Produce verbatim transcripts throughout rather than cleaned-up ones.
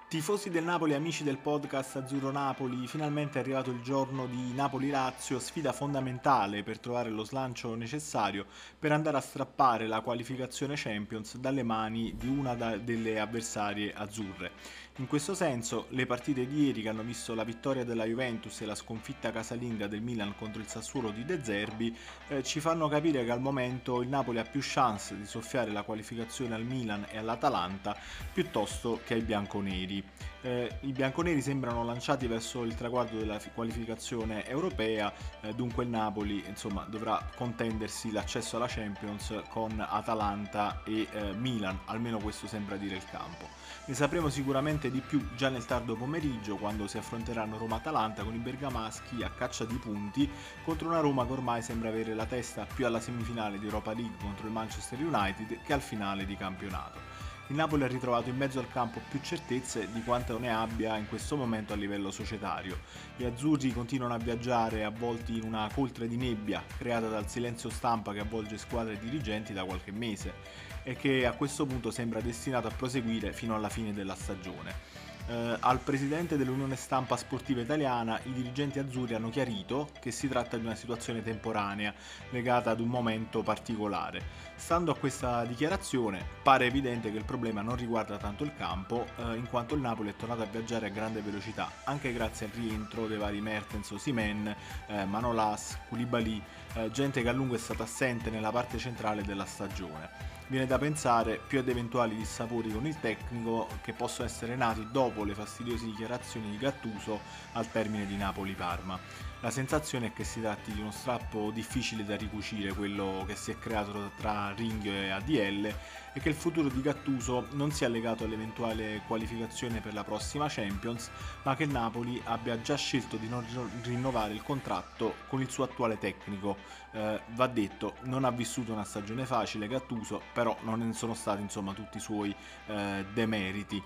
Tifosi del Napoli, amici del podcast Azzurro Napoli, finalmente è arrivato il giorno di Napoli-Lazio, sfida fondamentale per trovare lo slancio necessario per andare a strappare la qualificazione Champions dalle mani di una da- delle avversarie azzurre. In questo senso, le partite di ieri che hanno visto la vittoria della Juventus e la sconfitta casalinga del Milan contro il Sassuolo di De Zerbi eh, ci fanno capire che al momento il Napoli ha più chance di soffiare la qualificazione al Milan e all'Atalanta piuttosto che ai bianconeri. Eh, I bianconeri sembrano lanciati verso il traguardo della fi- qualificazione europea, eh, dunque il Napoli insomma, dovrà contendersi l'accesso alla Champions con Atalanta e eh, Milan, almeno questo sembra dire il campo. Ne sapremo sicuramente di più già nel tardo pomeriggio, quando si affronteranno Roma-Atalanta con i bergamaschi a caccia di punti contro una Roma che ormai sembra avere la testa più alla semifinale di Europa League contro il Manchester United che al finale di campionato. Il Napoli ha ritrovato in mezzo al campo più certezze di quanto ne abbia in questo momento a livello societario. Gli azzurri continuano a viaggiare avvolti in una coltre di nebbia creata dal silenzio stampa che avvolge squadre e dirigenti da qualche mese e che a questo punto sembra destinato a proseguire fino alla fine della stagione. Eh, al presidente dell'Unione Stampa Sportiva Italiana i dirigenti azzurri hanno chiarito che si tratta di una situazione temporanea legata ad un momento particolare. Stando a questa dichiarazione pare evidente che il problema non riguarda tanto il campo, eh, in quanto il Napoli è tornato a viaggiare a grande velocità anche grazie al rientro dei vari Mertens, Osimhen, eh, Manolas, Koulibaly, eh, gente che a lungo è stata assente nella parte centrale della stagione. Viene da pensare più ad eventuali dissapori con il tecnico che possono essere nati dopo le fastidiose dichiarazioni di Gattuso al termine di Napoli-Parma. La sensazione è che si tratti di uno strappo difficile da ricucire, quello che si è creato tra Ringhio e A D L, e che il futuro di Gattuso non sia legato all'eventuale qualificazione per la prossima Champions, ma che il Napoli abbia già scelto di non rinnovare il contratto con il suo attuale tecnico. Eh, va detto, non ha vissuto una stagione facile Gattuso, però non ne sono stati insomma tutti i suoi eh, demeriti.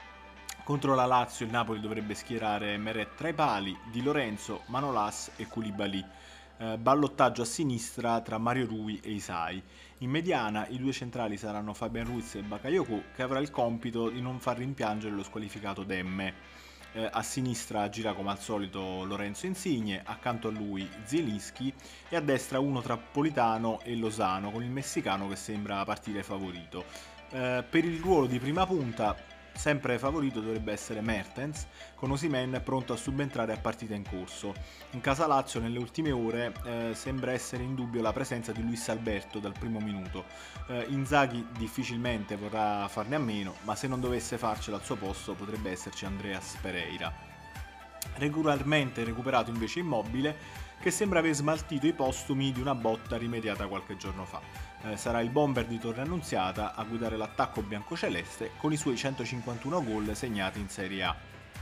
Contro la Lazio il Napoli dovrebbe schierare Meret tra i pali, Di Lorenzo, Manolas e Koulibaly. Eh, ballottaggio a sinistra tra Mario Rui e Isai. In mediana i due centrali saranno Fabian Ruiz e Bakayoko, che avrà il compito di non far rimpiangere lo squalificato Demme. Eh, a sinistra gira come al solito Lorenzo Insigne, accanto a lui Zielinski e a destra uno tra Politano e Lozano, con il messicano che sembra partire favorito. Eh, per il ruolo di prima punta sempre favorito dovrebbe essere Mertens, con Osimhen pronto a subentrare a partita in corso. In casa Lazio nelle ultime ore eh, sembra essere in dubbio la presenza di Luis Alberto dal primo minuto. Eh, Inzaghi difficilmente vorrà farne a meno, ma se non dovesse farcela al suo posto potrebbe esserci Andreas Pereira. Regolarmente recuperato invece Immobile, che sembra aver smaltito i postumi di una botta rimediata qualche giorno fa. Eh, sarà il bomber di Torre Annunziata a guidare l'attacco biancoceleste con i suoi centocinquantuno gol segnati in Serie A.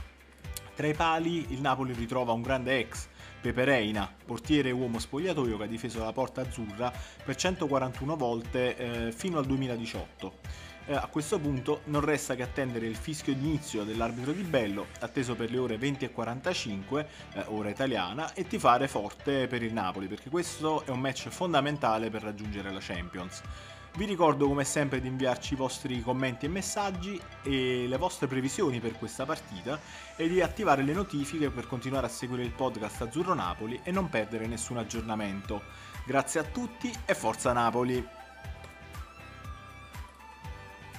Tra i pali il Napoli ritrova un grande ex, Pepe Reina, portiere e uomo spogliatoio che ha difeso la porta azzurra per centoquarantuno volte eh, fino al duemiladiciotto. Eh, a questo punto non resta che attendere il fischio d'inizio dell'arbitro di Bello, atteso per le ore venti e quarantacinque, eh, ora italiana, e tifare forte per il Napoli, perché questo è un match fondamentale per raggiungere la Champions. Vi ricordo come sempre di inviarci i vostri commenti e messaggi e le vostre previsioni per questa partita e di attivare le notifiche per continuare a seguire il podcast Azzurro Napoli e non perdere nessun aggiornamento. Grazie a tutti e forza Napoli!